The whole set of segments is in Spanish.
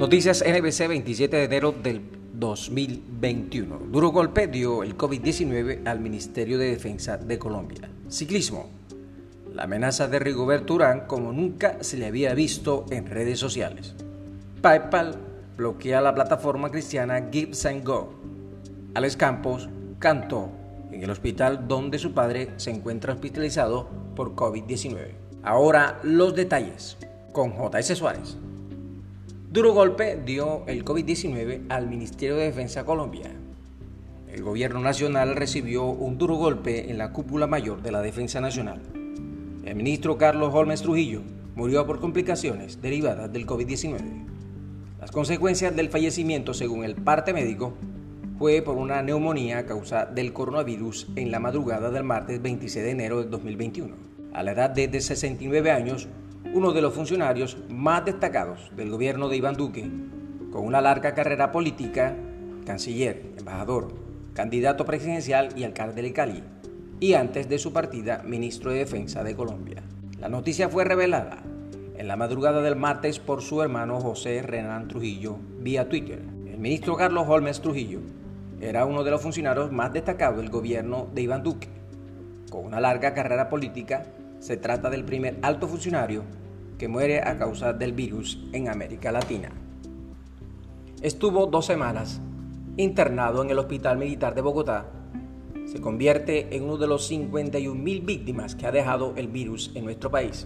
Noticias NBC 27 de enero del 2021. Duro golpe dio el COVID-19 al Ministerio de Defensa de Colombia. Ciclismo. La amenaza de Rigoberto Urán como nunca se le había visto en redes sociales. PayPal bloquea la plataforma cristiana Give&Go. Alex Campos cantó en el hospital donde su padre se encuentra hospitalizado por COVID-19. Ahora los detalles con J.S. Suárez. Duro golpe dio el COVID-19 al Ministerio de Defensa Colombia. El gobierno nacional recibió un duro golpe en la cúpula mayor de la Defensa Nacional. El ministro Carlos Holmes Trujillo murió por complicaciones derivadas del COVID-19. Las consecuencias del fallecimiento, según el parte médico, fue por una neumonía a causa del coronavirus en la madrugada del martes 26 de enero del 2021. A la edad de 69 años, uno de los funcionarios más destacados del gobierno de Iván Duque, con una larga carrera política, canciller, embajador, candidato presidencial y alcalde de Cali, y antes de su partida, ministro de Defensa de Colombia. La noticia fue revelada en la madrugada del martes por su hermano José Renan Trujillo vía Twitter. El ministro Carlos Holmes Trujillo era uno de los funcionarios más destacados del gobierno de Iván Duque. Con una larga carrera política, se trata del primer alto funcionario que muere a causa del virus en América Latina. Estuvo 2 semanas internado en el Hospital Militar de Bogotá. Se convierte en uno de los 51,000 víctimas que ha dejado el virus en nuestro país.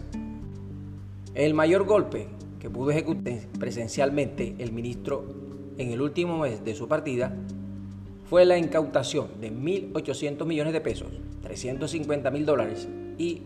El mayor golpe que pudo ejecutar presencialmente el ministro en el último mes de su partida fue la incautación de 1.800 millones de pesos, $350,000 y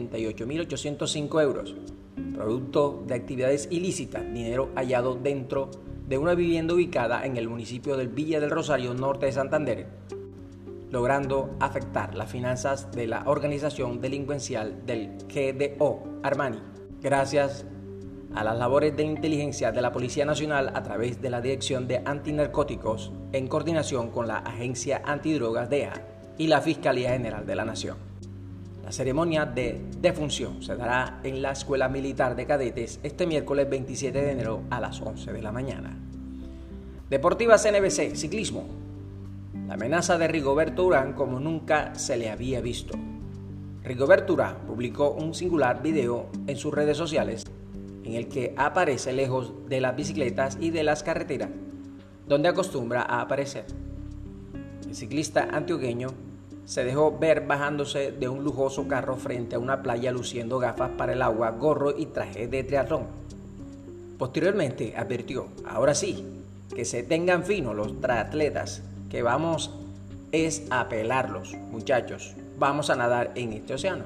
88.805 euros, producto de actividades ilícitas, dinero hallado dentro de una vivienda ubicada en el municipio del Villa del Rosario, norte de Santander, logrando afectar las finanzas de la organización delincuencial del GDO Armani, gracias a las labores de inteligencia de la Policía Nacional a través de la Dirección de Antinarcóticos en coordinación con la Agencia Antidrogas DEA y la Fiscalía General de la Nación. La ceremonia de defunción se dará en la Escuela Militar de Cadetes este miércoles 27 de enero a las 11 de la mañana. Deportivas NBC, ciclismo. La amenaza de Rigoberto Urán como nunca se le había visto. Rigoberto Urán publicó un singular video en sus redes sociales en el que aparece lejos de las bicicletas y de las carreteras, donde acostumbra a aparecer. El ciclista antioqueño se dejó ver bajándose de un lujoso carro frente a una playa luciendo gafas para el agua, gorro y traje de triatlón. Posteriormente advirtió, ahora sí, que se tengan fino los triatletas, que vamos es a pelarlos, muchachos, vamos a nadar en este océano.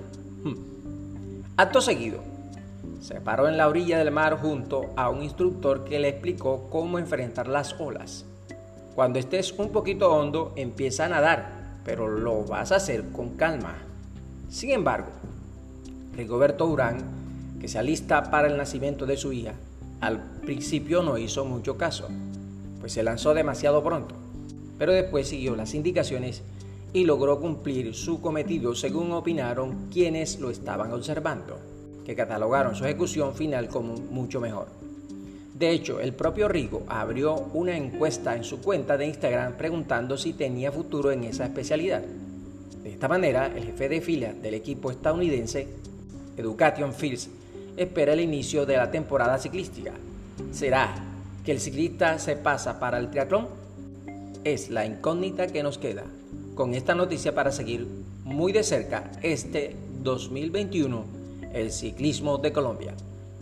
Acto seguido, se paró en la orilla del mar junto a un instructor que le explicó cómo enfrentar las olas. Cuando estés un poquito hondo, empieza a nadar, pero lo vas a hacer con calma. Sin embargo, Rigoberto Urán, que se alista para el nacimiento de su hija, al principio no hizo mucho caso, pues se lanzó demasiado pronto, pero después siguió las indicaciones y logró cumplir su cometido, según opinaron quienes lo estaban observando, que catalogaron su ejecución final como mucho mejor. De hecho, el propio Rigo abrió una encuesta en su cuenta de Instagram preguntando si tenía futuro en esa especialidad. De esta manera, el jefe de fila del equipo estadounidense, Education First, espera el inicio de la temporada ciclística. ¿Será que el ciclista se pasa para el triatlón? Es la incógnita que nos queda con esta noticia para seguir muy de cerca este 2021 el ciclismo de Colombia.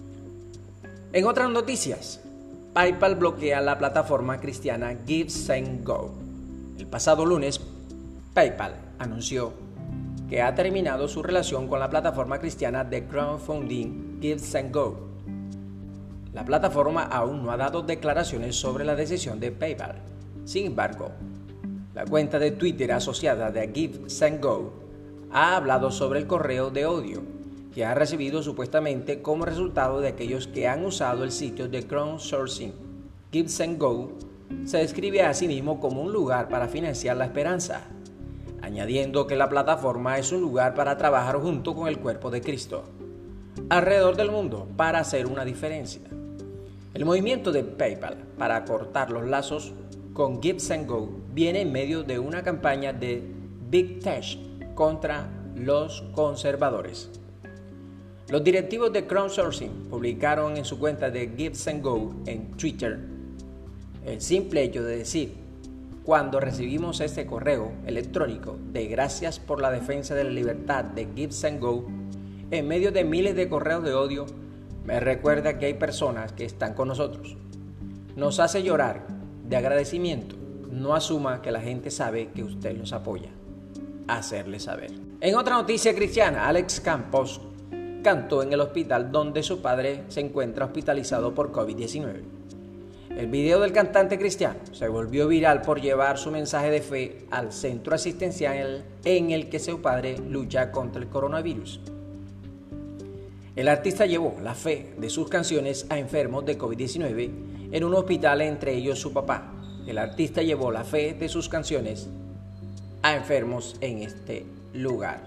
En otras noticias, PayPal bloquea la plataforma cristiana Give&Go. El pasado lunes, PayPal anunció que ha terminado su relación con la plataforma cristiana de crowdfunding Give&Go. La plataforma aún no ha dado declaraciones sobre la decisión de PayPal. Sin embargo, la cuenta de Twitter asociada de Give&Go ha hablado sobre el correo de odio que ha recibido supuestamente como resultado de aquellos que han usado el sitio de crowdsourcing. Give&Go se describe a sí mismo como un lugar para financiar la esperanza, añadiendo que la plataforma es un lugar para trabajar junto con el cuerpo de Cristo alrededor del mundo para hacer una diferencia. El movimiento de PayPal para cortar los lazos con GiveSendGo viene en medio de una campaña de Big Tech contra los conservadores. Los directivos de Crowdsourcing publicaron en su cuenta de GiveSendGo en Twitter el simple hecho de decir: cuando recibimos este correo electrónico de gracias por la defensa de la libertad de GiveSendGo, en medio de miles de correos de odio, me recuerda que hay personas que están con nosotros. Nos hace llorar de agradecimiento. No asuma que la gente sabe que usted los apoya. Hacerle saber. En otra noticia cristiana, Alex Campos cantó en el hospital donde su padre se encuentra hospitalizado por COVID-19. El video del cantante cristiano se volvió viral por llevar su mensaje de fe al centro asistencial en el que su padre lucha contra el coronavirus. El artista llevó la fe de sus canciones a enfermos de COVID-19 en un hospital, entre ellos su papá. El artista llevó la fe de sus canciones a enfermos en este lugar.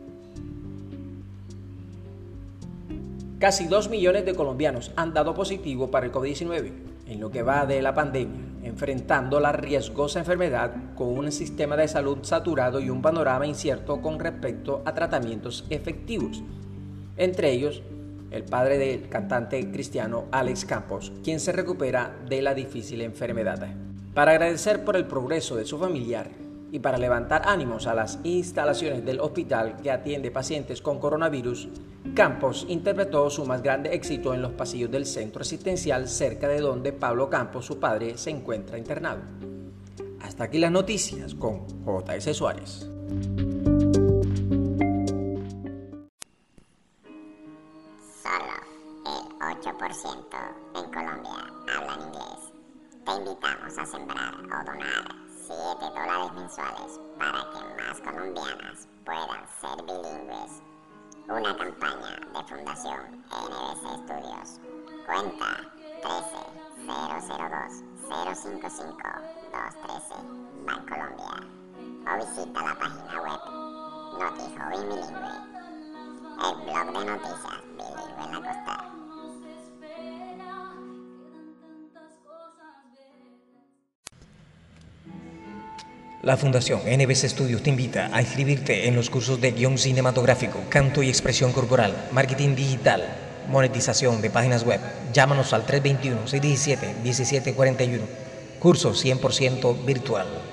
Casi 2 millones de colombianos han dado positivo para el COVID-19 en lo que va de la pandemia, enfrentando la riesgosa enfermedad con un sistema de salud saturado y un panorama incierto con respecto a tratamientos efectivos. Entre ellos, el padre del cantante cristiano Alex Campos, quien se recupera de la difícil enfermedad. Para agradecer por el progreso de su familiar y para levantar ánimos a las instalaciones del hospital que atiende pacientes con coronavirus, Campos interpretó su más grande éxito en los pasillos del centro asistencial cerca de donde Pablo Campos, su padre, se encuentra internado. Hasta aquí las noticias con J.S. Suárez. Solo el 8% en Colombia hablan inglés. Te invitamos a sembrar o donar $7 mensuales para que más colombianas puedan ser bilingües. Una campaña de Fundación NBC Estudios. Cuenta 13-002-055-213 Bancolombia. O visita la página web NotiJoven Bilingüe, el blog de noticias bilingüe en la costa. La Fundación NBC Studios te invita a inscribirte en los cursos de guión cinematográfico, canto y expresión corporal, marketing digital, monetización de páginas web. Llámanos al 321-617-1741. Curso 100% virtual.